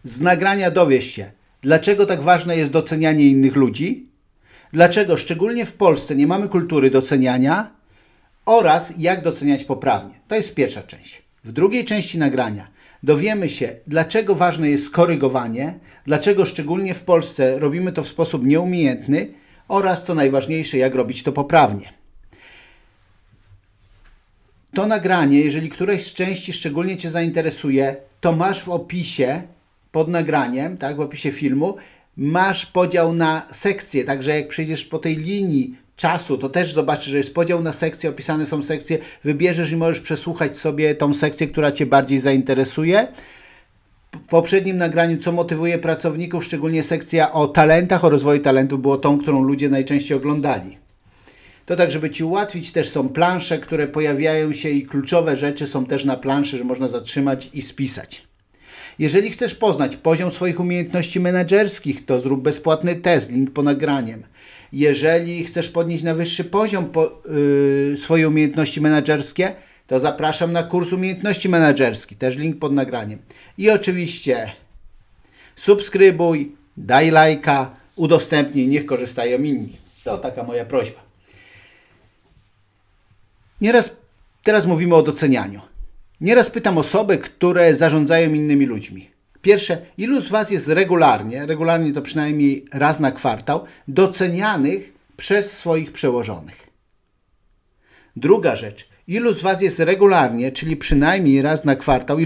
Z nagrania dowiesz się, dlaczego tak ważne jest docenianie innych ludzi, dlaczego szczególnie w Polsce nie mamy kultury doceniania oraz jak doceniać poprawnie. To jest pierwsza część. W drugiej części nagrania dowiemy się, dlaczego ważne jest korygowanie, dlaczego szczególnie w Polsce robimy to w sposób nieumiejętny oraz, co najważniejsze, jak robić to poprawnie. To nagranie, jeżeli któreś z części szczególnie Cię zainteresuje, to masz w opisie pod nagraniem, tak, w opisie filmu, masz podział na sekcje, także jak przejdziesz po tej linii czasu, to też zobaczysz, że jest podział na sekcje, opisane są sekcje, wybierzesz i możesz przesłuchać sobie tą sekcję, która Cię bardziej zainteresuje. W poprzednim nagraniu, co motywuje pracowników, szczególnie sekcja o talentach, o rozwoju talentów, było tą, którą ludzie najczęściej oglądali. To tak, żeby Ci ułatwić, też są plansze, które pojawiają się i kluczowe rzeczy są też na planszy, że można zatrzymać i spisać. Jeżeli chcesz poznać poziom swoich umiejętności menedżerskich, to zrób bezpłatny test, link pod nagraniem. Jeżeli chcesz podnieść na wyższy poziom swoje umiejętności menedżerskie, to zapraszam na kurs umiejętności menedżerskich, też link pod nagraniem. I oczywiście subskrybuj, daj lajka, udostępnij, niech korzystają inni. To taka moja prośba. Teraz mówimy o docenianiu. Nieraz pytam osoby, które zarządzają innymi ludźmi. Pierwsze, ilu z Was jest regularnie to przynajmniej raz na kwartał, docenianych przez swoich przełożonych? Druga rzecz, ilu z Was jest regularnie, czyli przynajmniej raz na kwartał,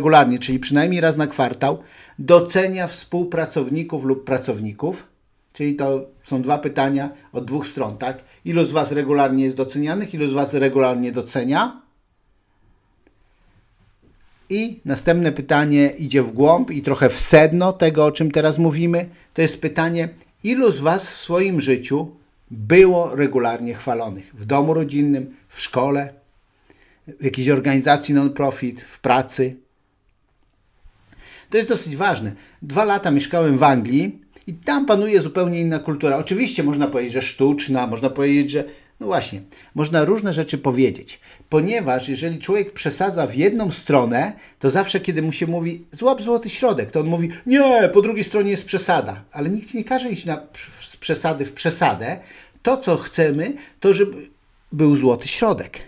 docenia współpracowników lub pracowników? Czyli to są dwa pytania od dwóch stron, tak? Ilu z Was regularnie jest docenianych, ilu z Was regularnie docenia? I następne pytanie idzie w głąb i trochę w sedno tego, o czym teraz mówimy. To jest pytanie, ilu z Was w swoim życiu było regularnie chwalonych? W domu rodzinnym, w szkole, w jakiejś organizacji non-profit, w pracy. To jest dosyć ważne. 2 lata mieszkałem w Anglii i tam panuje zupełnie inna kultura. Oczywiście można powiedzieć, że sztuczna, można powiedzieć, że no właśnie, można różne rzeczy powiedzieć, ponieważ jeżeli człowiek przesadza w jedną stronę, to zawsze kiedy mu się mówi złap złoty środek, to on mówi nie, po drugiej stronie jest przesada, ale nikt nie każe iść z przesady w przesadę. To co chcemy, to żeby był złoty środek.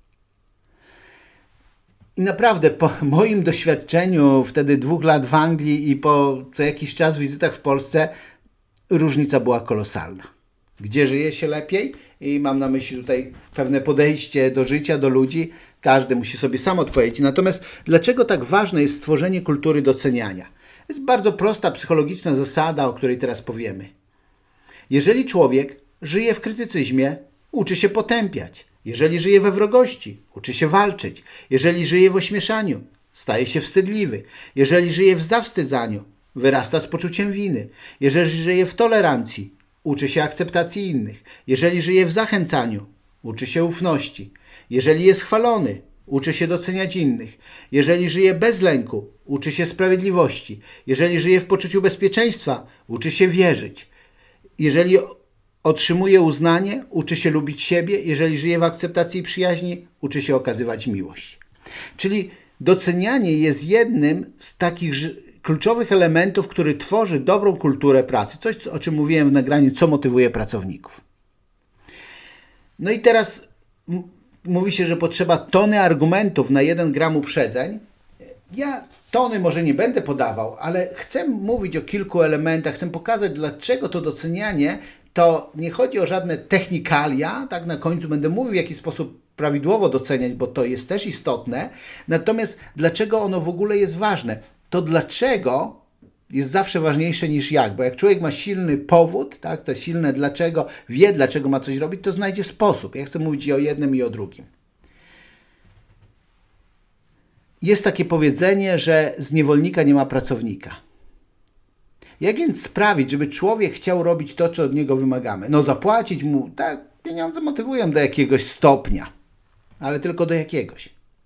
I naprawdę po moim doświadczeniu wtedy 2 lat w Anglii i po co jakiś czas wizytach w Polsce różnica była kolosalna. Gdzie żyje się lepiej? I mam na myśli tutaj pewne podejście do życia, do ludzi. Każdy musi sobie sam odpowiedzieć. Natomiast dlaczego tak ważne jest stworzenie kultury doceniania? Jest bardzo prosta psychologiczna zasada, o której teraz powiemy. Jeżeli człowiek żyje w krytycyzmie, uczy się potępiać. Jeżeli żyje we wrogości, uczy się walczyć. Jeżeli żyje w ośmieszaniu, staje się wstydliwy. Jeżeli żyje w zawstydzaniu, wyrasta z poczuciem winy. Jeżeli żyje w tolerancji, uczy się akceptacji innych. Jeżeli żyje w zachęcaniu, uczy się ufności. Jeżeli jest chwalony, uczy się doceniać innych. Jeżeli żyje bez lęku, uczy się sprawiedliwości. Jeżeli żyje w poczuciu bezpieczeństwa, uczy się wierzyć. Jeżeli otrzymuje uznanie, uczy się lubić siebie. Jeżeli żyje w akceptacji i przyjaźni, uczy się okazywać miłość. Czyli docenianie jest jednym z takich kluczowych elementów, który tworzy dobrą kulturę pracy. Coś, o czym mówiłem w nagraniu, co motywuje pracowników. No i teraz mówi się, że potrzeba tony argumentów na 1 gram uprzedzeń. Ja tony może nie będę podawał, ale chcę mówić o kilku elementach, chcę pokazać, dlaczego to docenianie to nie chodzi o żadne technikalia, tak na końcu będę mówił, w jaki sposób prawidłowo doceniać, bo to jest też istotne. Natomiast dlaczego ono w ogóle jest ważne? To dlaczego jest zawsze ważniejsze niż jak, bo jak człowiek ma silny powód, tak, to silne dlaczego, wie dlaczego ma coś robić, to znajdzie sposób. Ja chcę mówić i o jednym i o drugim. Jest takie powiedzenie, że z niewolnika nie ma pracownika. Jak więc sprawić, żeby człowiek chciał robić to, co od niego wymagamy? No zapłacić mu, tak, pieniądze motywują do jakiegoś stopnia, ale tylko do jakiegoś.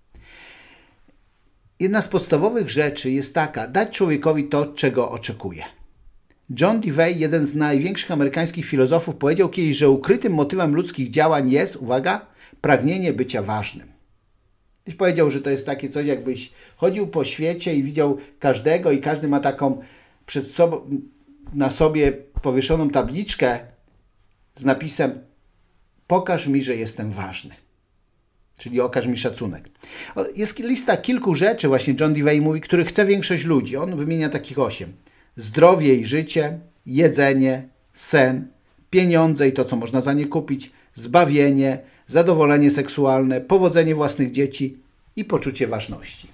Jedna z podstawowych rzeczy jest taka, dać człowiekowi to, czego oczekuje. John Dewey, jeden z największych amerykańskich filozofów, powiedział kiedyś, że ukrytym motywem ludzkich działań jest, uwaga, pragnienie bycia ważnym. Byś powiedział, że to jest takie coś, jakbyś chodził po świecie i widział każdego i każdy ma taką przed sobą, na sobie powieszoną tabliczkę z napisem pokaż mi, że jestem ważny. Czyli okaż mi szacunek. Jest lista kilku rzeczy, właśnie John Dewey mówi, których chce większość ludzi. On wymienia takich 8. Zdrowie i życie, jedzenie, sen, pieniądze i to, co można za nie kupić, zbawienie, zadowolenie seksualne, powodzenie własnych dzieci i poczucie ważności.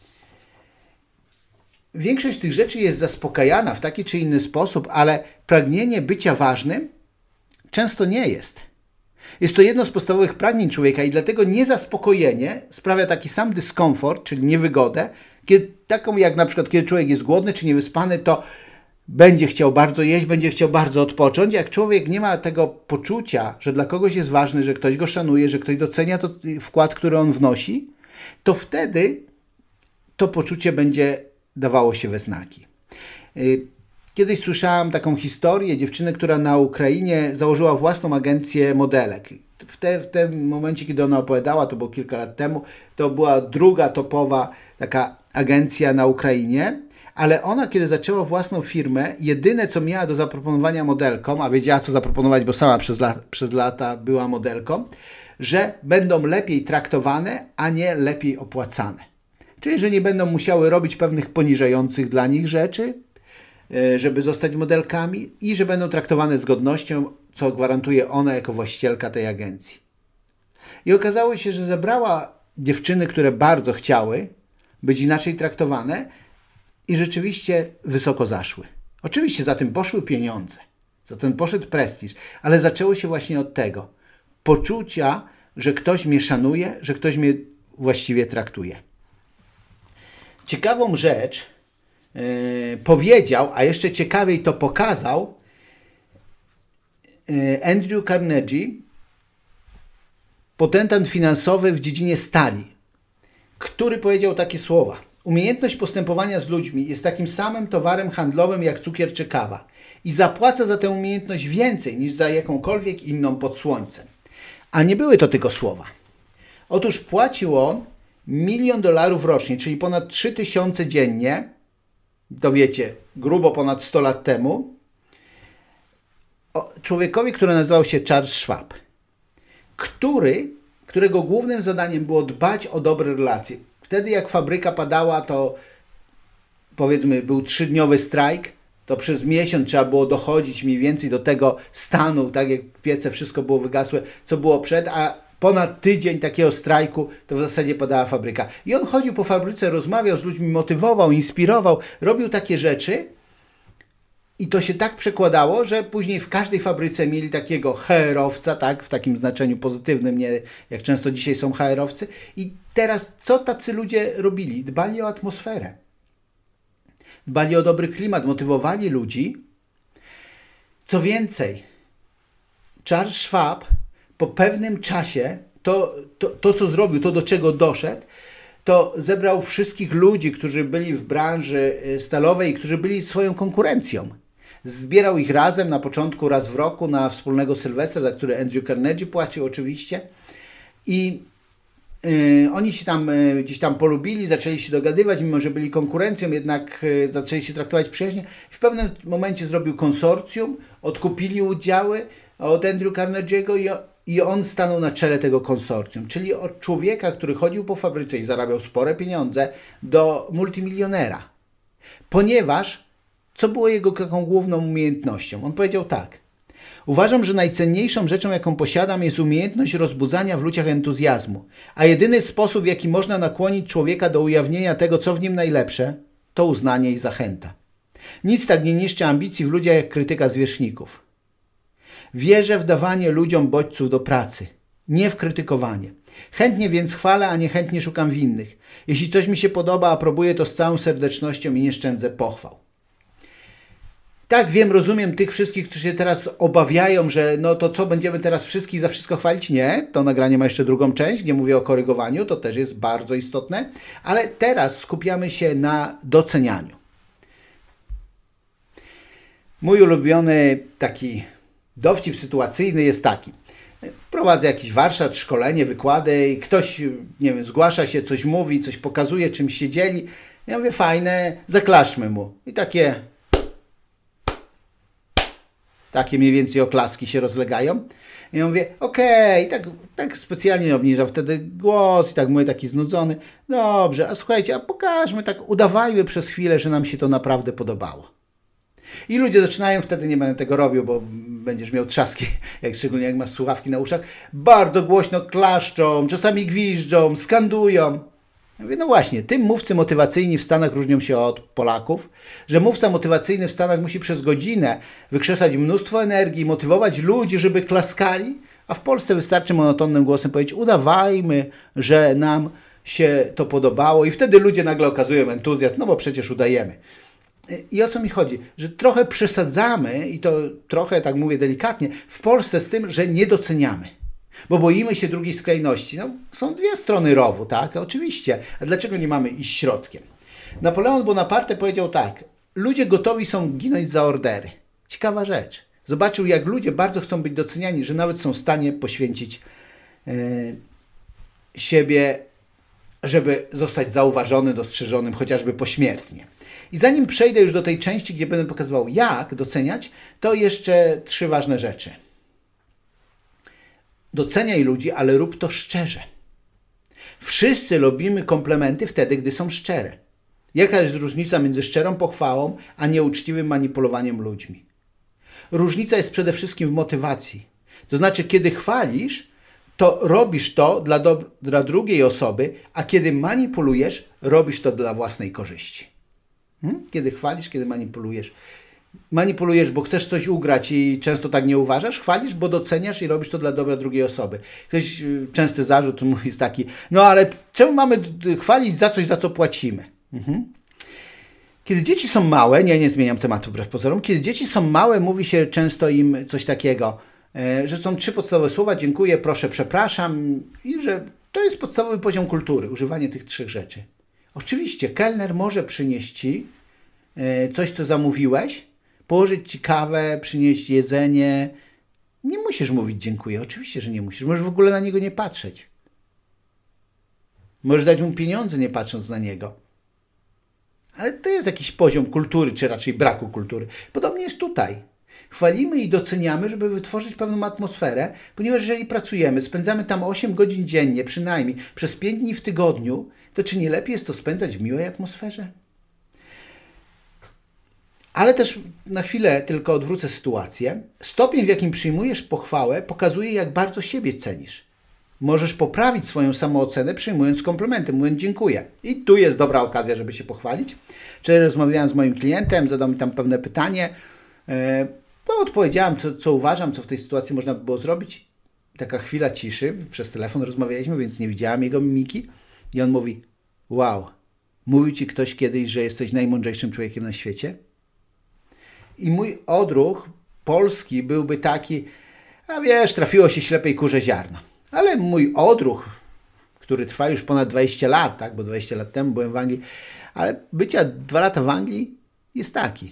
Większość tych rzeczy jest zaspokajana w taki czy inny sposób, ale pragnienie bycia ważnym często nie jest. Jest to jedno z podstawowych pragnień człowieka i dlatego niezaspokojenie sprawia taki sam dyskomfort, czyli niewygodę, taką jak na przykład kiedy człowiek jest głodny czy niewyspany, to będzie chciał bardzo jeść, będzie chciał bardzo odpocząć. Jak człowiek nie ma tego poczucia, że dla kogoś jest ważny, że ktoś go szanuje, że ktoś docenia to wkład, który on wnosi, to wtedy to poczucie będzie dawało się we znaki. Kiedyś słyszałam taką historię dziewczyny, która na Ukrainie założyła własną agencję modelek. W tym momencie, kiedy ona opowiadała, to było kilka lat temu, to była druga topowa taka agencja na Ukrainie, ale ona, kiedy zaczęła własną firmę, jedyne, co miała do zaproponowania modelkom, a wiedziała, co zaproponować, bo sama przez lata była modelką, że będą lepiej traktowane, a nie lepiej opłacane. Czyli, że nie będą musiały robić pewnych poniżających dla nich rzeczy, żeby zostać modelkami i że będą traktowane z godnością, co gwarantuje ona jako właścicielka tej agencji. I okazało się, że zebrała dziewczyny, które bardzo chciały być inaczej traktowane i rzeczywiście wysoko zaszły. Oczywiście za tym poszły pieniądze, za tym poszedł prestiż, ale zaczęło się właśnie od tego poczucia, że ktoś mnie szanuje, że ktoś mnie właściwie traktuje. Ciekawą rzecz powiedział, a jeszcze ciekawiej to pokazał Andrew Carnegie, potentat finansowy w dziedzinie stali, który powiedział takie słowa. Umiejętność postępowania z ludźmi jest takim samym towarem handlowym jak cukier czy kawa i zapłaca za tę umiejętność więcej niż za jakąkolwiek inną pod słońcem. A nie były to tylko słowa. Otóż płacił on $1 000 000 rocznie, czyli ponad 3000 dziennie, to wiecie, grubo ponad 100 lat temu, człowiekowi, który nazywał się Charles Schwab, którego głównym zadaniem było dbać o dobre relacje. Wtedy jak fabryka padała, to powiedzmy był 3-dniowy strajk, to przez miesiąc trzeba było dochodzić mniej więcej do tego stanu, tak jak piece, wszystko było wygasłe, co było przed, a ponad tydzień takiego strajku, to w zasadzie padała fabryka. I on chodził po fabryce, rozmawiał z ludźmi, motywował, inspirował, robił takie rzeczy i to się tak przekładało, że później w każdej fabryce mieli takiego HR-owca, tak, w takim znaczeniu pozytywnym, nie jak często dzisiaj są HR-owcy. I teraz co tacy ludzie robili? Dbali o atmosferę. Dbali o dobry klimat, motywowali ludzi. Co więcej, Charles Schwab po pewnym czasie, to co zrobił, to do czego doszedł, to zebrał wszystkich ludzi, którzy byli w branży stalowej i którzy byli swoją konkurencją. Zbierał ich razem na początku raz w roku na wspólnego Sylwestra, za który Andrew Carnegie płacił oczywiście. I oni się tam gdzieś tam polubili, zaczęli się dogadywać, mimo że byli konkurencją, jednak zaczęli się traktować przyjaźnie. W pewnym momencie zrobił konsorcjum, odkupili udziały od Andrew Carnegie'ego i on stanął na czele tego konsorcjum. Czyli od człowieka, który chodził po fabryce i zarabiał spore pieniądze, do multimilionera. Ponieważ, co było jego taką główną umiejętnością? On powiedział tak. Uważam, że najcenniejszą rzeczą, jaką posiadam, jest umiejętność rozbudzania w ludziach entuzjazmu. A jedyny sposób, w jaki można nakłonić człowieka do ujawnienia tego, co w nim najlepsze, to uznanie i zachęta. Nic tak nie niszczy ambicji w ludziach, jak krytyka zwierzchników. Wierzę w dawanie ludziom bodźców do pracy, nie w krytykowanie. Chętnie więc chwalę, a nie chętnie szukam winnych. Jeśli coś mi się podoba, aprobuję to z całą serdecznością i nie szczędzę pochwał. Tak, wiem, rozumiem tych wszystkich, którzy się teraz obawiają, że no to co, będziemy teraz wszystkich za wszystko chwalić? Nie, to nagranie ma jeszcze drugą część, gdzie mówię o korygowaniu, to też jest bardzo istotne, ale teraz skupiamy się na docenianiu. Mój ulubiony taki dowcip sytuacyjny jest taki. Prowadzę jakiś warsztat, szkolenie, wykłady i ktoś, nie wiem, zgłasza się, coś mówi, coś pokazuje, czymś się dzieli. Ja mówię, fajne, zaklaszmy mu. I takie mniej więcej oklaski się rozlegają. I ja mówię, okej, tak specjalnie nie obniżam wtedy głos i tak mówię, taki znudzony. Dobrze, a słuchajcie, a pokażmy, tak udawajmy przez chwilę, że nam się to naprawdę podobało. I ludzie zaczynają, wtedy nie będę tego robił, bo będziesz miał trzaski, szczególnie jak masz słuchawki na uszach, bardzo głośno klaszczą, czasami gwiżdżą, skandują. Ja mówię, no właśnie, tym mówcy motywacyjni w Stanach różnią się od Polaków, że mówca motywacyjny w Stanach musi przez godzinę wykrzesać mnóstwo energii, motywować ludzi, żeby klaskali, a w Polsce wystarczy monotonnym głosem powiedzieć, udawajmy, że nam się to podobało i wtedy ludzie nagle okazują entuzjazm, no bo przecież udajemy. I o co mi chodzi? Że trochę przesadzamy, i to trochę, tak mówię delikatnie, w Polsce z tym, że nie doceniamy. Bo boimy się drugiej skrajności. No, są dwie strony rowu, tak? Oczywiście. A dlaczego nie mamy iść środkiem? Napoleon Bonaparte powiedział tak. Ludzie gotowi są ginąć za ordery. Ciekawa rzecz. Zobaczył, jak ludzie bardzo chcą być doceniani, że nawet są w stanie poświęcić siebie, żeby zostać zauważonym, dostrzeżonym, chociażby pośmiertnie. I zanim przejdę już do tej części, gdzie będę pokazywał, jak doceniać, to jeszcze 3 ważne rzeczy. Doceniaj ludzi, ale rób to szczerze. Wszyscy lubimy komplementy wtedy, gdy są szczere. Jaka jest różnica między szczerą pochwałą, a nieuczciwym manipulowaniem ludźmi? Różnica jest przede wszystkim w motywacji. To znaczy, kiedy chwalisz, to robisz to dla drugiej osoby, a kiedy manipulujesz, robisz to dla własnej korzyści. Kiedy chwalisz, kiedy manipulujesz. Manipulujesz, bo chcesz coś ugrać i często tak nie uważasz. Chwalisz, bo doceniasz i robisz to dla dobra drugiej osoby. Ktoś, częsty zarzut jest taki, no ale czemu mamy chwalić za coś, za co płacimy? Kiedy dzieci są małe, nie zmieniam tematu wbrew pozorom, kiedy dzieci są małe, mówi się często im coś takiego, że są 3 podstawowe słowa, dziękuję, proszę, przepraszam i że to jest podstawowy poziom kultury, używanie tych 3 rzeczy. Oczywiście kelner może przynieść Ci coś, co zamówiłeś, położyć Ci kawę, przynieść jedzenie. Nie musisz mówić dziękuję, oczywiście, że nie musisz. Możesz w ogóle na niego nie patrzeć. Możesz dać mu pieniądze, nie patrząc na niego. Ale to jest jakiś poziom kultury, czy raczej braku kultury. Podobnie jest tutaj. Chwalimy i doceniamy, żeby wytworzyć pewną atmosferę, ponieważ jeżeli pracujemy, spędzamy tam 8 godzin dziennie, przynajmniej przez 5 dni w tygodniu, to czy nie lepiej jest to spędzać w miłej atmosferze? Ale też na chwilę tylko odwrócę sytuację. Stopień, w jakim przyjmujesz pochwałę, pokazuje, jak bardzo siebie cenisz. Możesz poprawić swoją samoocenę, przyjmując komplementy, mówiąc dziękuję. I tu jest dobra okazja, żeby się pochwalić. Wczoraj rozmawiałem z moim klientem, zadał mi tam pewne pytanie. Odpowiedziałem, co uważam, co w tej sytuacji można by było zrobić. Taka chwila ciszy, przez telefon rozmawialiśmy, więc nie widziałem jego mimiki. I on mówi, wow, mówił Ci ktoś kiedyś, że jesteś najmądrzejszym człowiekiem na świecie? I mój odruch polski byłby taki, a wiesz, trafiło się ślepej kurze ziarno. Ale mój odruch, który trwa już ponad 20 lat, tak, bo 20 lat temu byłem w Anglii, ale bycia 2 lata w Anglii jest taki.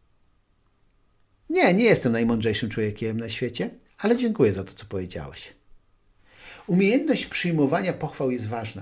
Nie jestem najmądrzejszym człowiekiem na świecie, ale dziękuję za to, co powiedziałeś. Umiejętność przyjmowania pochwał jest ważna.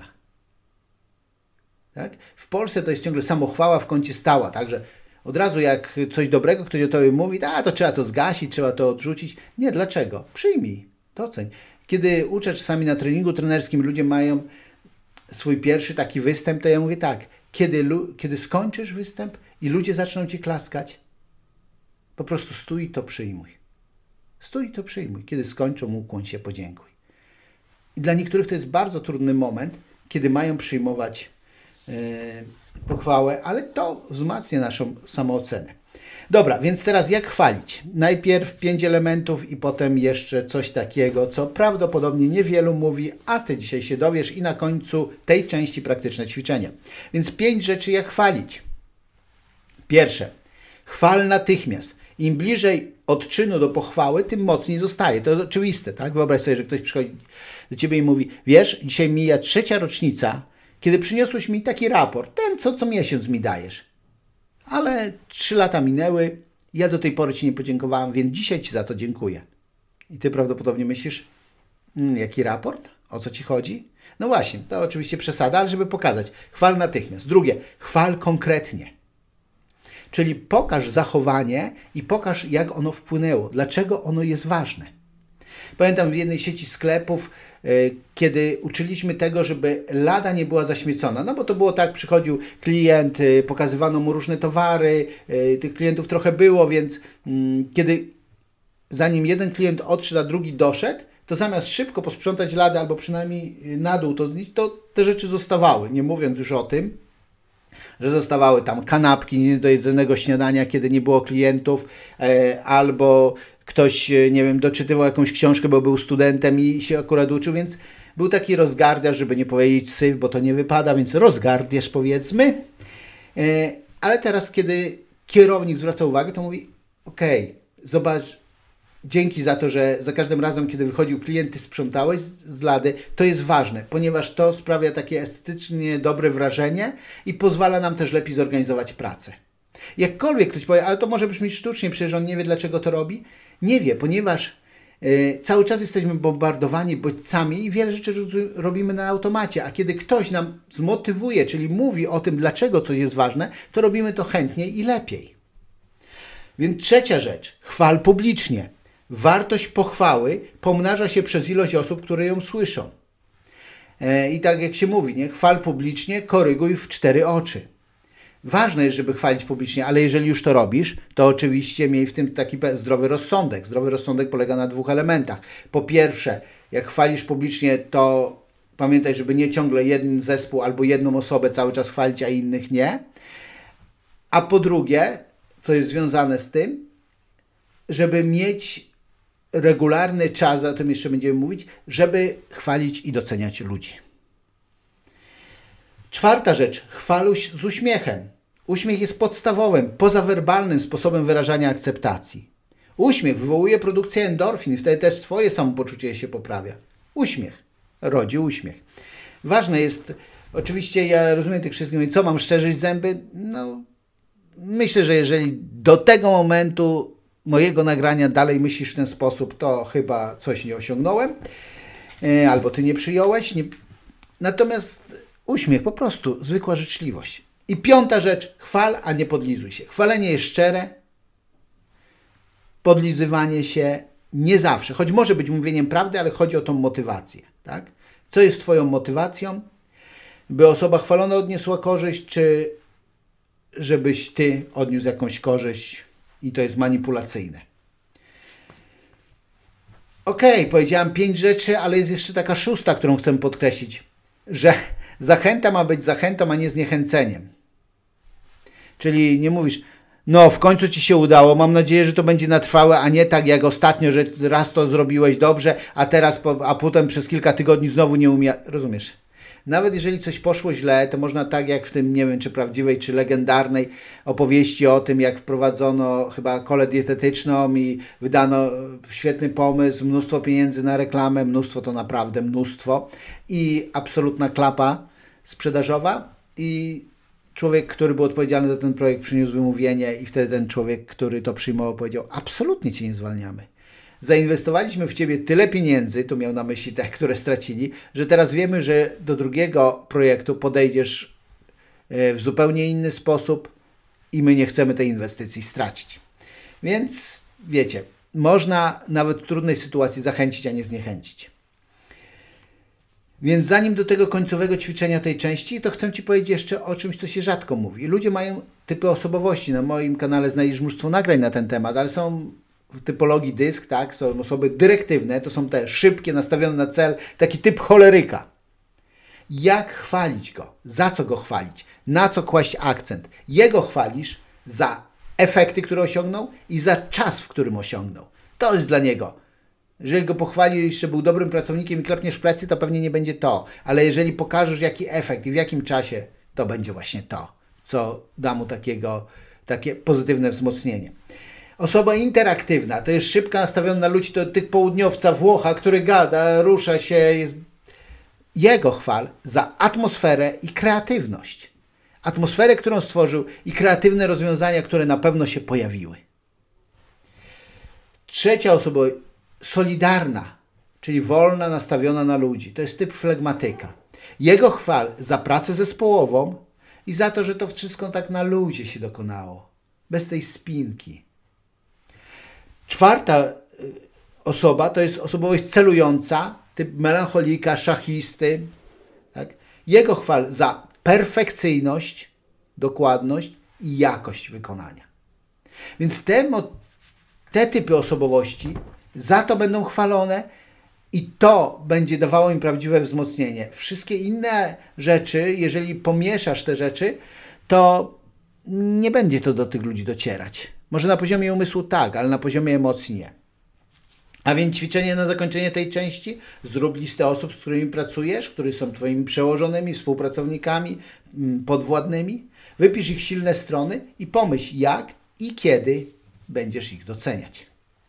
Tak? W Polsce to jest ciągle samochwała w kącie stała, także od razu jak coś dobrego ktoś o tobie mówi, to trzeba to zgasić, trzeba to odrzucić. Nie, dlaczego? Przyjmij, doceń. Kiedy uczę czasami na treningu trenerskim, ludzie mają swój pierwszy taki występ, to ja mówię tak, kiedy skończysz występ i ludzie zaczną Ci klaskać, po prostu stój i to przyjmuj. Stój i to przyjmuj. Kiedy skończą, ukłoń się, podziękuj. I dla niektórych to jest bardzo trudny moment, kiedy mają przyjmować pochwałę, ale to wzmacnia naszą samoocenę. Dobra, więc teraz jak chwalić? Najpierw 5 elementów i potem jeszcze coś takiego, co prawdopodobnie niewielu mówi, a Ty dzisiaj się dowiesz i na końcu tej części praktyczne ćwiczenia. Więc 5 rzeczy jak chwalić. Pierwsze, chwal natychmiast. Im bliżej odczynu do pochwały, tym mocniej zostaje. To jest oczywiste, tak? Wyobraź sobie, że ktoś przychodzi do Ciebie i mówi, wiesz, dzisiaj mija 3. rocznica, kiedy przyniosłeś mi taki raport, ten co miesiąc mi dajesz. Ale 3 lata minęły, ja do tej pory Ci nie podziękowałem, więc dzisiaj Ci za to dziękuję. I Ty prawdopodobnie myślisz, Jaki raport? O co ci chodzi? No właśnie, to oczywiście przesada, ale żeby pokazać. Chwal natychmiast. Drugie, chwal konkretnie. Czyli pokaż zachowanie i pokaż, jak ono wpłynęło, dlaczego ono jest ważne. Pamiętam w jednej sieci sklepów, kiedy uczyliśmy tego, żeby lada nie była zaśmiecona. No bo to było tak, przychodził klient, pokazywano mu różne towary, tych klientów trochę było, więc kiedy zanim jeden klient odszedł, a drugi doszedł, to zamiast szybko posprzątać ladę albo przynajmniej na dół to znieść, to te rzeczy zostawały. Nie mówiąc już o tym, że zostawały tam kanapki nie do jedzonego śniadania, kiedy nie było klientów, albo ktoś, nie wiem, doczytywał jakąś książkę, bo był studentem i się akurat uczył, więc był taki rozgardiarz, żeby nie powiedzieć syf, bo to nie wypada, więc rozgardiarz powiedzmy. Ale teraz, kiedy kierownik zwraca uwagę, to mówi, okej, zobacz, dzięki za to, że za każdym razem, kiedy wychodził klient, ty sprzątałeś z lady, to jest ważne, ponieważ to sprawia takie estetycznie dobre wrażenie i pozwala nam też lepiej zorganizować pracę. Jakkolwiek ktoś powie, ale to może brzmieć sztucznie, przecież on nie wie, dlaczego to robi. Nie wie, ponieważ cały czas jesteśmy bombardowani bodźcami i wiele rzeczy robimy na automacie, a kiedy ktoś nam zmotywuje, czyli mówi o tym, dlaczego coś jest ważne, to robimy to chętniej i lepiej. Więc trzecia rzecz, chwal publicznie. Wartość pochwały pomnaża się przez ilość osób, które ją słyszą. I tak jak się mówi, nie? Chwal publicznie, koryguj w 4 oczy. Ważne jest, żeby chwalić publicznie, ale jeżeli już to robisz, to oczywiście miej w tym taki zdrowy rozsądek. Zdrowy rozsądek polega na 2 elementach. Po pierwsze, jak chwalisz publicznie, to pamiętaj, żeby nie ciągle jeden zespół albo jedną osobę cały czas chwalić, a innych nie. A po drugie, co jest związane z tym, żeby mieć regularny czas, o tym jeszcze będziemy mówić, żeby chwalić i doceniać ludzi. Czwarta rzecz, chwaluj z uśmiechem. Uśmiech jest podstawowym, pozawerbalnym sposobem wyrażania akceptacji. Uśmiech wywołuje produkcję endorfin i wtedy też twoje samopoczucie się poprawia. Uśmiech rodzi uśmiech. Ważne jest, oczywiście ja rozumiem tych wszystkich, co mam szczerzyć zęby? No, myślę, że jeżeli do tego momentu mojego nagrania dalej myślisz w ten sposób, to chyba coś nie osiągnąłem, albo ty nie przyjąłeś. Natomiast uśmiech, po prostu zwykła życzliwość. I 5. rzecz, chwal, a nie podlizuj się. Chwalenie jest szczere, podlizywanie się nie zawsze, choć może być mówieniem prawdy, ale chodzi o tą motywację. Tak? Co jest twoją motywacją? By osoba chwalona odniosła korzyść, czy żebyś ty odniósł jakąś korzyść i to jest manipulacyjne. Okej, powiedziałem 5 rzeczy, ale jest jeszcze taka 6, którą chcę podkreślić, że zachęta ma być zachętą, a nie zniechęceniem. Czyli nie mówisz, no w końcu ci się udało, mam nadzieję, że to będzie na trwałe, a nie tak jak ostatnio, że raz to zrobiłeś dobrze, a teraz, a potem przez kilka tygodni znowu nie rozumiesz? Nawet jeżeli coś poszło źle, to można tak jak w tym, nie wiem, czy prawdziwej, czy legendarnej opowieści o tym, jak wprowadzono chyba kolę dietetyczną i wydano świetny pomysł, mnóstwo pieniędzy na reklamę, mnóstwo to naprawdę mnóstwo i absolutna klapa sprzedażowa i człowiek, który był odpowiedzialny za ten projekt, przyniósł wymówienie i wtedy ten człowiek, który to przyjmował, powiedział, absolutnie cię nie zwalniamy. Zainwestowaliśmy w ciebie tyle pieniędzy, tu miał na myśli te, które stracili, że teraz wiemy, że do drugiego projektu podejdziesz w zupełnie inny sposób i my nie chcemy tej inwestycji stracić. Więc wiecie, można nawet w trudnej sytuacji zachęcić, a nie zniechęcić. Więc zanim do tego końcowego ćwiczenia tej części, to chcę ci powiedzieć jeszcze o czymś, co się rzadko mówi. Ludzie mają typy osobowości. Na moim kanale znajdziesz mnóstwo nagrań na ten temat, ale są w typologii DYSK, tak, są osoby dyrektywne, to są te szybkie, nastawione na cel, taki typ choleryka. Jak chwalić go? Za co go chwalić? Na co kłaść akcent? Jego chwalisz za efekty, które osiągnął i za czas, w którym osiągnął. To jest dla niego. Jeżeli go pochwalisz, że był dobrym pracownikiem i klepniesz w plecy, to pewnie nie będzie to. Ale jeżeli pokażesz, jaki efekt i w jakim czasie, to będzie właśnie to, co da mu takie pozytywne wzmocnienie. Osoba interaktywna, to jest szybka, nastawiona na ludzi, to tych południowca Włocha, który gada, rusza się, jest... Jego chwal za atmosferę i kreatywność. Atmosferę, którą stworzył i kreatywne rozwiązania, które na pewno się pojawiły. Trzecia osoba, solidarna, czyli wolna, nastawiona na ludzi. To jest typ flegmatyka. Jego chwal za pracę zespołową i za to, że to wszystko tak na luzie się dokonało. Bez tej spinki. Czwarta osoba to jest osobowość celująca, typ melancholika, szachisty. Tak? Jego chwal za perfekcyjność, dokładność i jakość wykonania. Więc te typy osobowości za to będą chwalone i to będzie dawało im prawdziwe wzmocnienie. Wszystkie inne rzeczy, jeżeli pomieszasz te rzeczy, to nie będzie to do tych ludzi docierać. Może na poziomie umysłu tak, ale na poziomie emocji nie. A więc ćwiczenie na zakończenie tej części. Zrób listę osób, z którymi pracujesz, którzy są twoimi przełożonymi, współpracownikami, podwładnymi. Wypisz ich silne strony i pomyśl, jak i kiedy będziesz ich doceniać.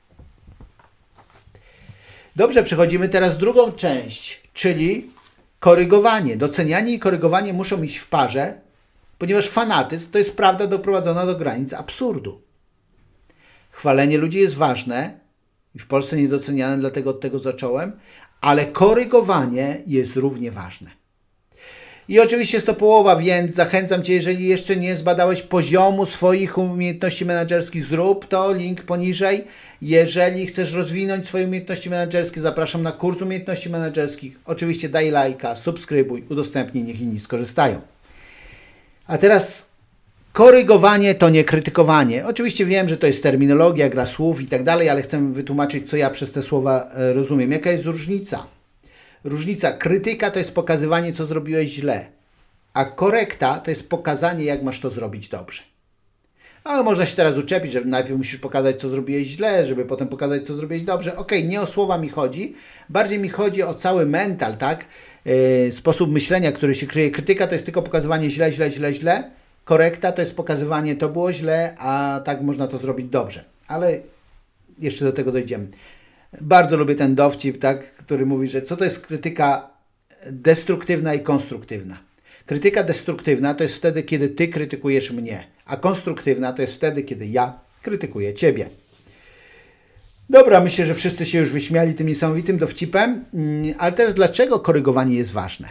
Dobrze, przechodzimy teraz w drugą część, czyli korygowanie. Docenianie i korygowanie muszą iść w parze, ponieważ fanatyzm to jest prawda doprowadzona do granic absurdu. Chwalenie ludzi jest ważne i w Polsce niedoceniane, dlatego od tego zacząłem, ale korygowanie jest równie ważne. I oczywiście jest to połowa, więc zachęcam Cię, jeżeli jeszcze nie zbadałeś poziomu swoich umiejętności menedżerskich, zrób to, link poniżej. Jeżeli chcesz rozwinąć swoje umiejętności menedżerskie, zapraszam na kurs umiejętności menedżerskich. Oczywiście daj lajka, subskrybuj, udostępnij, niech inni skorzystają. A teraz korygowanie to nie krytykowanie. Oczywiście wiem, że to jest terminologia, gra słów i tak dalej, ale chcę wytłumaczyć, co ja przez te słowa rozumiem. Jaka jest różnica? Różnica, krytyka to jest pokazywanie, co zrobiłeś źle, a korekta to jest pokazanie, jak masz to zrobić dobrze. Ale można się teraz uczepić, że najpierw musisz pokazać, co zrobiłeś źle, żeby potem pokazać, co zrobiłeś dobrze. Okej, nie o słowa mi chodzi, bardziej mi chodzi o cały mental, tak? Sposób myślenia, który się kryje. Krytyka to jest tylko pokazywanie źle, źle, źle, źle. Korekta to jest pokazywanie, to było źle, a tak można to zrobić dobrze. Ale jeszcze do tego dojdziemy. Bardzo lubię ten dowcip, tak, który mówi, że co to jest krytyka destruktywna i konstruktywna. Krytyka destruktywna to jest wtedy, kiedy ty krytykujesz mnie, a konstruktywna to jest wtedy, kiedy ja krytykuję ciebie. Dobra, myślę, że wszyscy się już wyśmiali tym niesamowitym dowcipem, ale teraz dlaczego korygowanie jest ważne?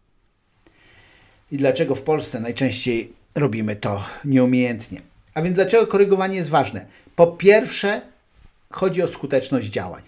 I dlaczego w Polsce najczęściej robimy to nieumiejętnie? A więc dlaczego korygowanie jest ważne? Po pierwsze, chodzi o skuteczność działań.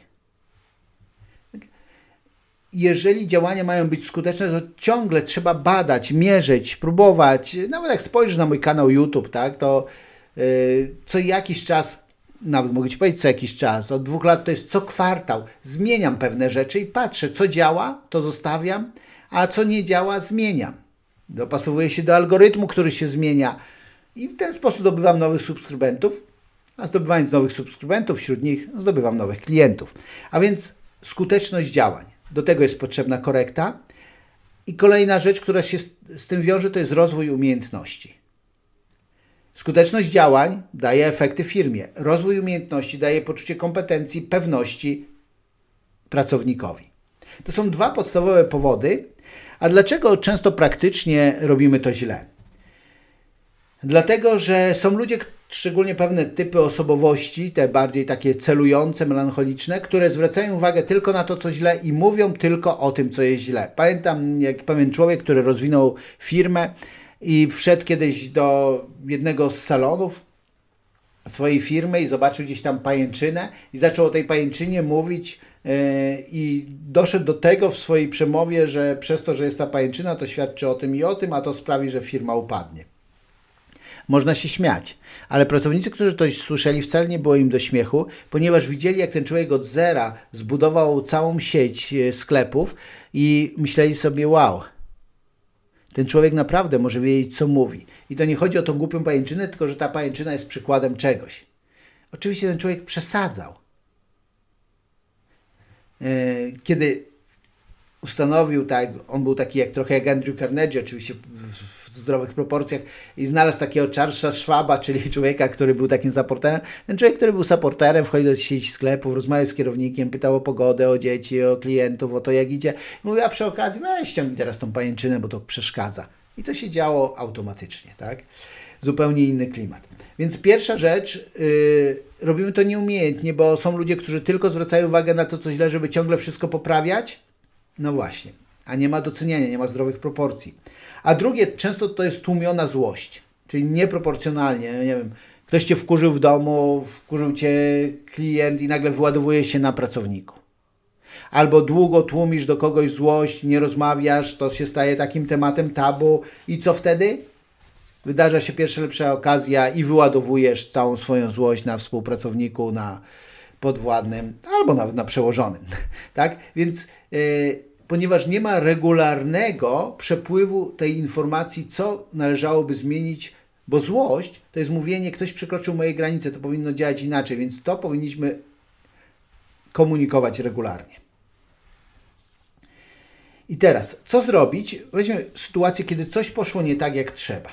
Jeżeli działania mają być skuteczne, to ciągle trzeba badać, mierzyć, próbować. Nawet jak spojrzysz na mój kanał YouTube, tak, to co jakiś czas, nawet mogę Ci powiedzieć co jakiś czas, od 2 lat to jest co kwartał, zmieniam pewne rzeczy i patrzę, co działa, to zostawiam, a co nie działa, zmieniam. Dopasowuję się do algorytmu, który się zmienia i w ten sposób zdobywam nowych subskrybentów, a zdobywając nowych subskrybentów, wśród nich zdobywam nowych klientów. A więc skuteczność działań. Do tego jest potrzebna korekta. I kolejna rzecz, która się z tym wiąże, to jest rozwój umiejętności. Skuteczność działań daje efekty firmie. Rozwój umiejętności daje poczucie kompetencji, pewności pracownikowi. To są 2 podstawowe powody. A dlaczego często praktycznie robimy to źle? Dlatego, że są ludzie, szczególnie pewne typy osobowości, te bardziej takie celujące, melancholiczne, które zwracają uwagę tylko na to, co źle i mówią tylko o tym, co jest źle. Pamiętam, jak pewien człowiek, który rozwinął firmę i wszedł kiedyś do jednego z salonów swojej firmy i zobaczył gdzieś tam pajęczynę i zaczął o tej pajęczynie mówić i doszedł do tego w swojej przemowie, że przez to, że jest ta pajęczyna, to świadczy o tym i o tym, a to sprawi, że firma upadnie. Można się śmiać, ale pracownicy, którzy to słyszeli, wcale nie było im do śmiechu, ponieważ widzieli, jak ten człowiek od zera zbudował całą sieć sklepów i myśleli sobie, wow, ten człowiek naprawdę może wiedzieć, co mówi. I to nie chodzi o tą głupią pajęczynę, tylko że ta pajęczyna jest przykładem czegoś. Oczywiście ten człowiek przesadzał. Kiedy ustanowił, tak, on był taki trochę jak Andrew Carnegie, oczywiście w zdrowych proporcjach, i znalazł takiego Charlesa Schwaba, czyli człowieka, który był takim supporterem. Ten człowiek, który był supporterem, wchodził do sieci sklepów, rozmawiał z kierownikiem, pytał o pogodę, o dzieci, o klientów, o to jak idzie. Mówił, a przy okazji, ściągnij teraz tą pajęczynę, bo to przeszkadza. I to się działo automatycznie, tak? zupełnie inny klimat. Więc pierwsza rzecz, robimy to nieumiejętnie, bo są ludzie, którzy tylko zwracają uwagę na to, co źle, żeby ciągle wszystko poprawiać. No właśnie, a nie ma doceniania, nie ma zdrowych proporcji. A drugie, często to jest tłumiona złość, czyli nieproporcjonalnie, nie wiem, ktoś cię wkurzył w domu, wkurzył cię klient i nagle wyładowuje się na pracowniku. Albo długo tłumisz do kogoś złość, nie rozmawiasz, to się staje takim tematem tabu i co wtedy? Wydarza się pierwsza lepsza okazja i wyładowujesz całą swoją złość na współpracowniku, na podwładnym, albo nawet na przełożonym. Tak? Więc ponieważ nie ma regularnego przepływu tej informacji, co należałoby zmienić, bo złość to jest mówienie, ktoś przekroczył moje granice, to powinno działać inaczej, więc to powinniśmy komunikować regularnie. I teraz, co zrobić? Weźmy sytuację, kiedy coś poszło nie tak, jak trzeba.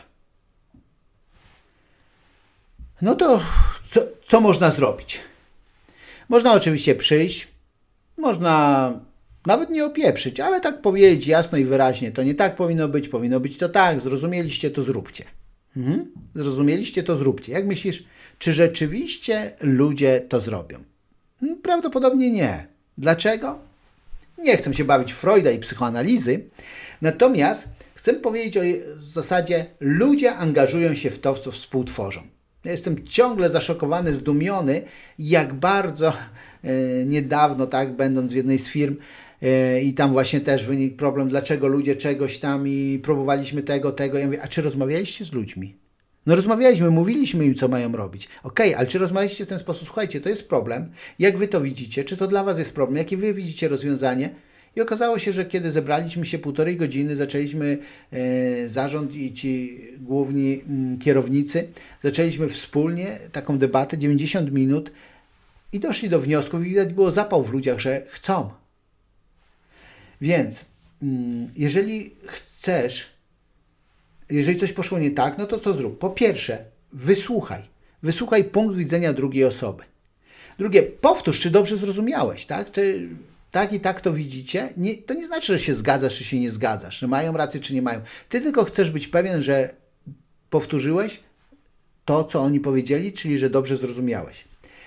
No to co można zrobić? Można oczywiście przyjść, można nawet nie opieprzyć, ale tak powiedzieć jasno i wyraźnie. To nie tak powinno być to tak. Zrozumieliście, to zróbcie. Zrozumieliście, to zróbcie. Jak myślisz, czy rzeczywiście ludzie to zrobią? Prawdopodobnie nie. Dlaczego? Nie chcę się bawić w Freuda i psychoanalizy, natomiast chcę powiedzieć o zasadzie, ludzie angażują się w to, co współtworzą. Ja jestem ciągle zaszokowany, zdumiony, jak bardzo niedawno, tak, będąc w jednej z firm i tam właśnie też wynikł problem, dlaczego ludzie czegoś tam i próbowaliśmy tego. Ja mówię, a czy rozmawialiście z ludźmi? No rozmawialiśmy, mówiliśmy im, co mają robić. Okej, ale czy rozmawialiście w ten sposób? Słuchajcie, to jest problem. Jak wy to widzicie? Czy to dla was jest problem? Jakie wy widzicie rozwiązanie? I okazało się, że kiedy zebraliśmy się 1,5 godziny, zaczęliśmy, zarząd i ci główni kierownicy, zaczęliśmy wspólnie taką debatę, 90 minut i doszli do wniosków i widać było zapał w ludziach, że chcą. Więc jeżeli coś poszło nie tak, no to co zrób? Po pierwsze, wysłuchaj. Wysłuchaj punkt widzenia drugiej osoby. Drugie, powtórz, czy dobrze zrozumiałeś, tak? Czy tak i tak to widzicie? To nie znaczy, że się zgadzasz, czy się nie zgadzasz, że mają rację, czy nie mają. Ty tylko chcesz być pewien, że powtórzyłeś to, co oni powiedzieli, czyli że dobrze zrozumiałeś.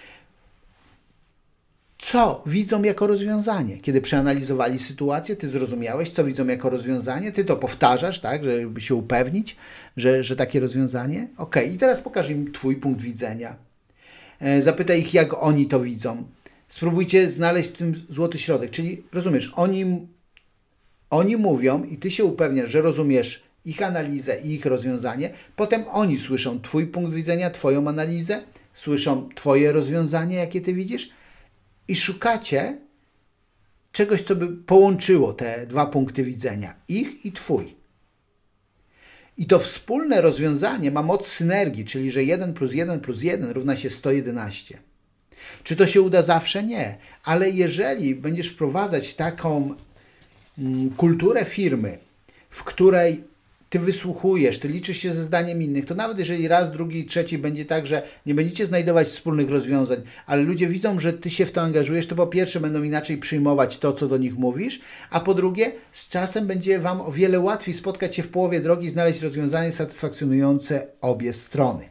Co widzą jako rozwiązanie? Kiedy przeanalizowali sytuację, ty zrozumiałeś, co widzą jako rozwiązanie, ty to powtarzasz, tak, żeby się upewnić, że takie rozwiązanie. Okej, i teraz pokaż im twój punkt widzenia. Zapytaj ich, jak oni to widzą. Spróbujcie znaleźć w tym złoty środek, czyli rozumiesz, oni mówią i ty się upewniasz, że rozumiesz ich analizę i ich rozwiązanie, potem oni słyszą twój punkt widzenia, twoją analizę, słyszą twoje rozwiązanie, jakie ty widzisz, i szukacie czegoś, co by połączyło te dwa punkty widzenia, ich i twój. I to wspólne rozwiązanie ma moc synergii, czyli że 1 + 1 + 1 równa się 111. Czy to się uda zawsze? Nie. Ale jeżeli będziesz wprowadzać taką kulturę firmy, w której ty wysłuchujesz, ty liczysz się ze zdaniem innych, to nawet jeżeli raz, drugi, trzeci będzie tak, że nie będziecie znajdować wspólnych rozwiązań, ale ludzie widzą, że ty się w to angażujesz, to po pierwsze będą inaczej przyjmować to, co do nich mówisz, a po drugie z czasem będzie wam o wiele łatwiej spotkać się w połowie drogi i znaleźć rozwiązanie satysfakcjonujące obie strony.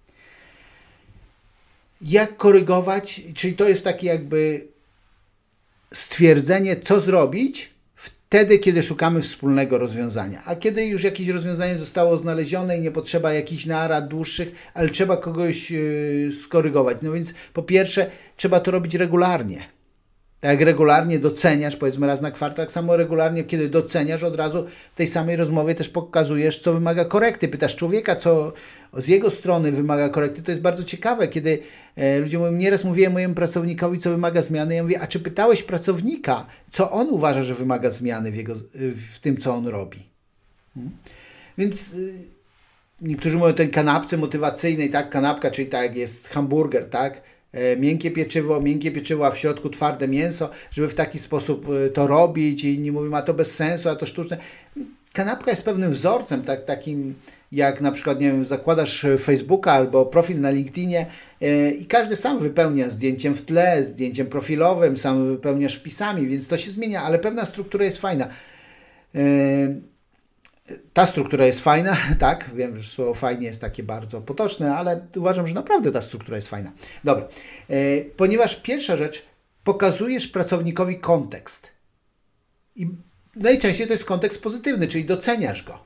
Jak korygować, czyli to jest takie jakby stwierdzenie, co zrobić wtedy, kiedy szukamy wspólnego rozwiązania. A kiedy już jakieś rozwiązanie zostało znalezione i nie potrzeba jakichś narad dłuższych, ale trzeba kogoś skorygować. No więc po pierwsze trzeba to robić regularnie. Tak jak regularnie doceniasz, powiedzmy raz na kwartał, tak samo regularnie, kiedy doceniasz, od razu w tej samej rozmowie też pokazujesz, co wymaga korekty. Pytasz człowieka, co z jego strony wymaga korekty. To jest bardzo ciekawe, kiedy ludzie mówią, nieraz mówiłem mojemu pracownikowi, co wymaga zmiany. Ja mówię, a czy pytałeś pracownika, co on uważa, że wymaga zmiany w tym, co on robi? Więc niektórzy mówią o tej kanapce motywacyjnej, tak, kanapka, czyli tak jak jest hamburger, tak, miękkie pieczywo, a w środku twarde mięso, żeby w taki sposób to robić i inni mówią, a to bez sensu, a to sztuczne. Kanapka jest pewnym wzorcem, takim jak na przykład, nie wiem, zakładasz Facebooka albo profil na LinkedInie i każdy sam wypełnia zdjęciem w tle, zdjęciem profilowym, sam wypełniasz wpisami, więc to się zmienia, ale pewna struktura jest fajna. Ta struktura jest fajna, tak, wiem, że słowo fajnie jest takie bardzo potoczne, ale uważam, że naprawdę ta struktura jest fajna. Dobra, ponieważ pierwsza rzecz, pokazujesz pracownikowi kontekst. I najczęściej to jest kontekst pozytywny, czyli doceniasz go.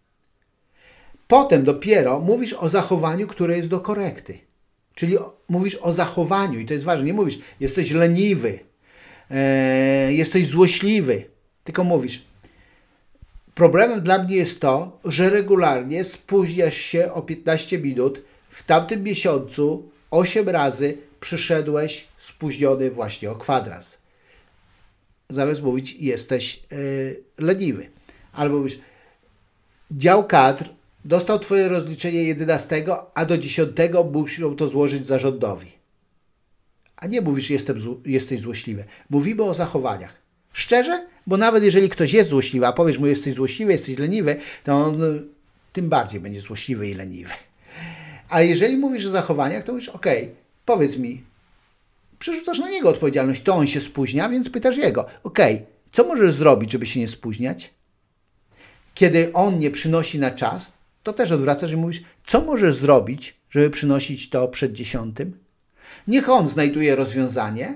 Potem dopiero mówisz o zachowaniu, które jest do korekty. Czyli mówisz o zachowaniu i to jest ważne. Nie mówisz, jesteś leniwy, jesteś złośliwy, tylko mówisz, problemem dla mnie jest to, że regularnie spóźniasz się o 15 minut. W tamtym miesiącu 8 razy przyszedłeś spóźniony właśnie o kwadrans. Zamiast mówić, jesteś leniwy. Albo mówisz, dział kadr dostał twoje rozliczenie 11, a do 10 muszą to złożyć zarządowi. A nie mówisz, jesteś złośliwy. Mówimy o zachowaniach. Szczerze, bo nawet jeżeli ktoś jest złośliwy, a powiesz mu, jesteś złośliwy, jesteś leniwy, to on tym bardziej będzie złośliwy i leniwy. A jeżeli mówisz o zachowaniach, to mówisz, powiedz mi, przerzucasz na niego odpowiedzialność, to on się spóźnia, więc pytasz jego, co możesz zrobić, żeby się nie spóźniać? Kiedy on nie przynosi na czas, to też odwracasz i mówisz, co możesz zrobić, żeby przynosić to przed 10? Niech on znajduje rozwiązanie,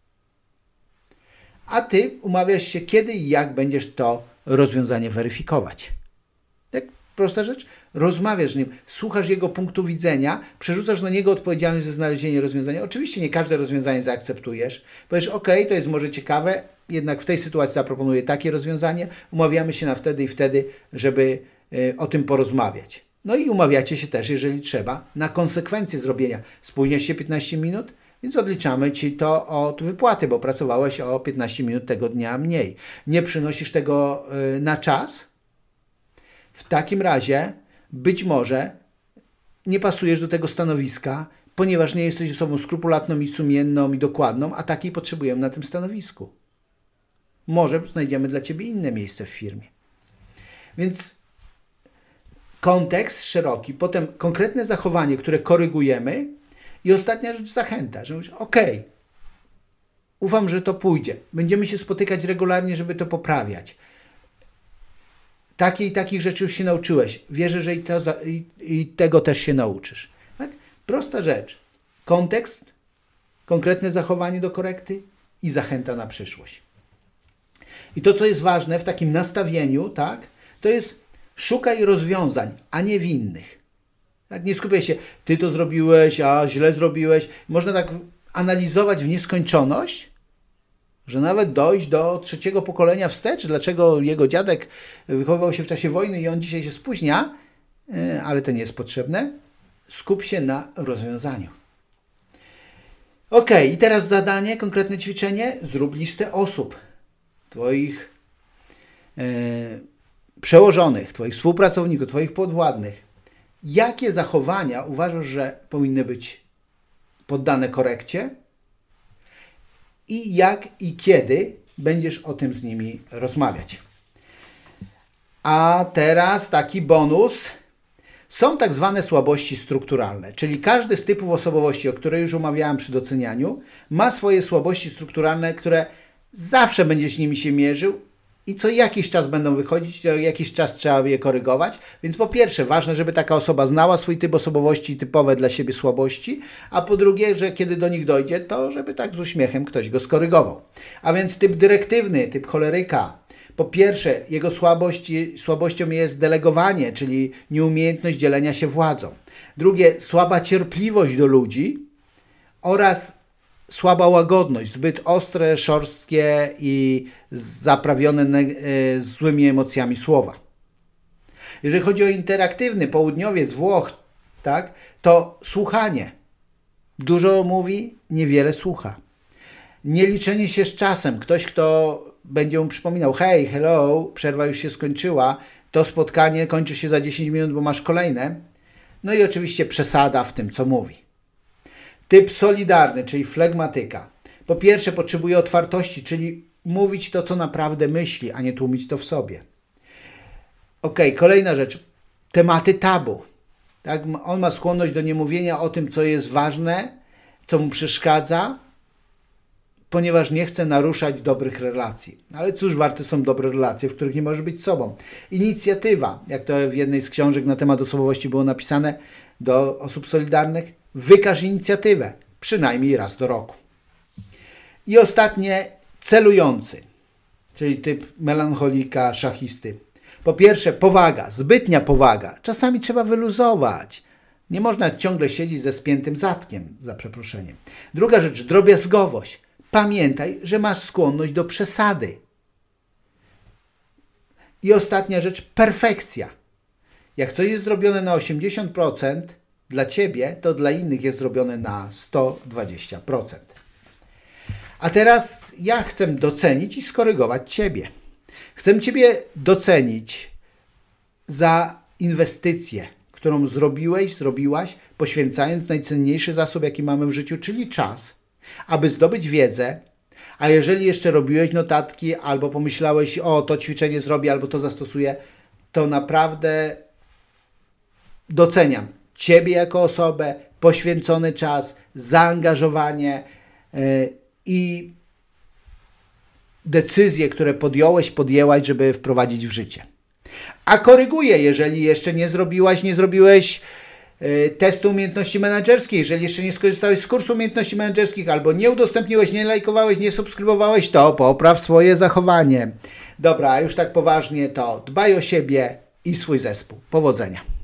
a ty umawiasz się, kiedy i jak będziesz to rozwiązanie weryfikować. Tak prosta rzecz. Rozmawiasz z nim, słuchasz jego punktu widzenia, przerzucasz na niego odpowiedzialność za znalezienie rozwiązania. Oczywiście nie każde rozwiązanie zaakceptujesz. Powiesz, to jest może ciekawe, jednak w tej sytuacji zaproponuję takie rozwiązanie, umawiamy się na wtedy i wtedy, żeby o tym porozmawiać. No i umawiacie się też, jeżeli trzeba, na konsekwencje zrobienia. Spóźniasz się 15 minut, więc odliczamy ci to od wypłaty, bo pracowałeś o 15 minut tego dnia mniej. Nie przynosisz tego na czas? W takim razie być może nie pasujesz do tego stanowiska, ponieważ nie jesteś osobą skrupulatną i sumienną i dokładną, a takiej potrzebujemy na tym stanowisku. Może znajdziemy dla ciebie inne miejsce w firmie. Więc kontekst szeroki, potem konkretne zachowanie, które korygujemy i ostatnia rzecz, zachęta, że mówisz, ufam, że to pójdzie. Będziemy się spotykać regularnie, żeby to poprawiać. Takie i takich rzeczy już się nauczyłeś. Wierzę, że i tego też się nauczysz. Tak? Prosta rzecz. Kontekst, konkretne zachowanie do korekty i zachęta na przyszłość. I to, co jest ważne w takim nastawieniu, tak, to jest szukaj rozwiązań, a nie winnych. Tak? Nie skupiaj się, ty to zrobiłeś, a źle zrobiłeś. Można tak analizować w nieskończoność, że nawet dojść do 3. pokolenia wstecz, dlaczego jego dziadek wychowywał się w czasie wojny i on dzisiaj się spóźnia, ale to nie jest potrzebne. Skup się na rozwiązaniu. I teraz zadanie, konkretne ćwiczenie. Zrób listę osób, twoich przełożonych, twoich współpracowników, twoich podwładnych. Jakie zachowania uważasz, że powinny być poddane korekcie? I jak i kiedy będziesz o tym z nimi rozmawiać. A teraz taki bonus. Są tak zwane słabości strukturalne, czyli każdy z typów osobowości, o których już omawiałem przy docenianiu, ma swoje słabości strukturalne, które zawsze będziesz nimi się mierzył i co jakiś czas będą wychodzić, co jakiś czas trzeba je korygować. Więc po pierwsze, ważne, żeby taka osoba znała swój typ osobowości i typowe dla siebie słabości, a po drugie, że kiedy do nich dojdzie, to żeby tak z uśmiechem ktoś go skorygował. A więc typ dyrektywny, typ choleryka. Po pierwsze, jego słabością jest delegowanie, czyli nieumiejętność dzielenia się władzą. Drugie, słaba cierpliwość do ludzi oraz słaba łagodność, zbyt ostre, szorstkie i zaprawione złymi emocjami słowa. Jeżeli chodzi o interaktywny południowiec Włoch, tak, to słuchanie. Dużo mówi, niewiele słucha. Nieliczenie się z czasem. Ktoś, kto będzie mu przypominał, hej, hello, przerwa już się skończyła, to spotkanie kończy się za 10 minut, bo masz kolejne. No i oczywiście przesada w tym, co mówi. Typ solidarny, czyli flegmatyka. Po pierwsze, potrzebuje otwartości, czyli mówić to, co naprawdę myśli, a nie tłumić to w sobie. Kolejna rzecz. Tematy tabu. Tak? On ma skłonność do niemówienia o tym, co jest ważne, co mu przeszkadza. ponieważ nie chcę naruszać dobrych relacji. Ale cóż, warte są dobre relacje, w których nie możesz być sobą. Inicjatywa, jak to w jednej z książek na temat osobowości było napisane do osób solidarnych, wykaż inicjatywę, przynajmniej raz do roku. I ostatnie, celujący, czyli typ melancholika, szachisty. Po pierwsze, powaga, zbytnia powaga. Czasami trzeba wyluzować. Nie można ciągle siedzieć ze spiętym zadkiem, za przeproszeniem. Druga rzecz, drobiazgowość. Pamiętaj, że masz skłonność do przesady. I ostatnia rzecz, perfekcja. Jak coś jest zrobione na 80% dla Ciebie, to dla innych jest zrobione na 120%. A teraz ja chcę docenić i skorygować Ciebie. Chcę Ciebie docenić za inwestycję, którą zrobiłaś, poświęcając najcenniejszy zasób, jaki mamy w życiu, czyli czas, aby zdobyć wiedzę, a jeżeli jeszcze robiłeś notatki, albo pomyślałeś, o, to ćwiczenie zrobię, albo to zastosuję, to naprawdę doceniam Ciebie jako osobę, poświęcony czas, zaangażowanie i decyzje, które podjęłaś, żeby wprowadzić w życie. A koryguję, jeżeli jeszcze nie zrobiłeś testu umiejętności menedżerskiej, jeżeli jeszcze nie skorzystałeś z kursu umiejętności menedżerskich, albo nie udostępniłeś, nie lajkowałeś, nie subskrybowałeś, to popraw swoje zachowanie. Dobra, a już tak poważnie to dbaj o siebie i swój zespół. Powodzenia.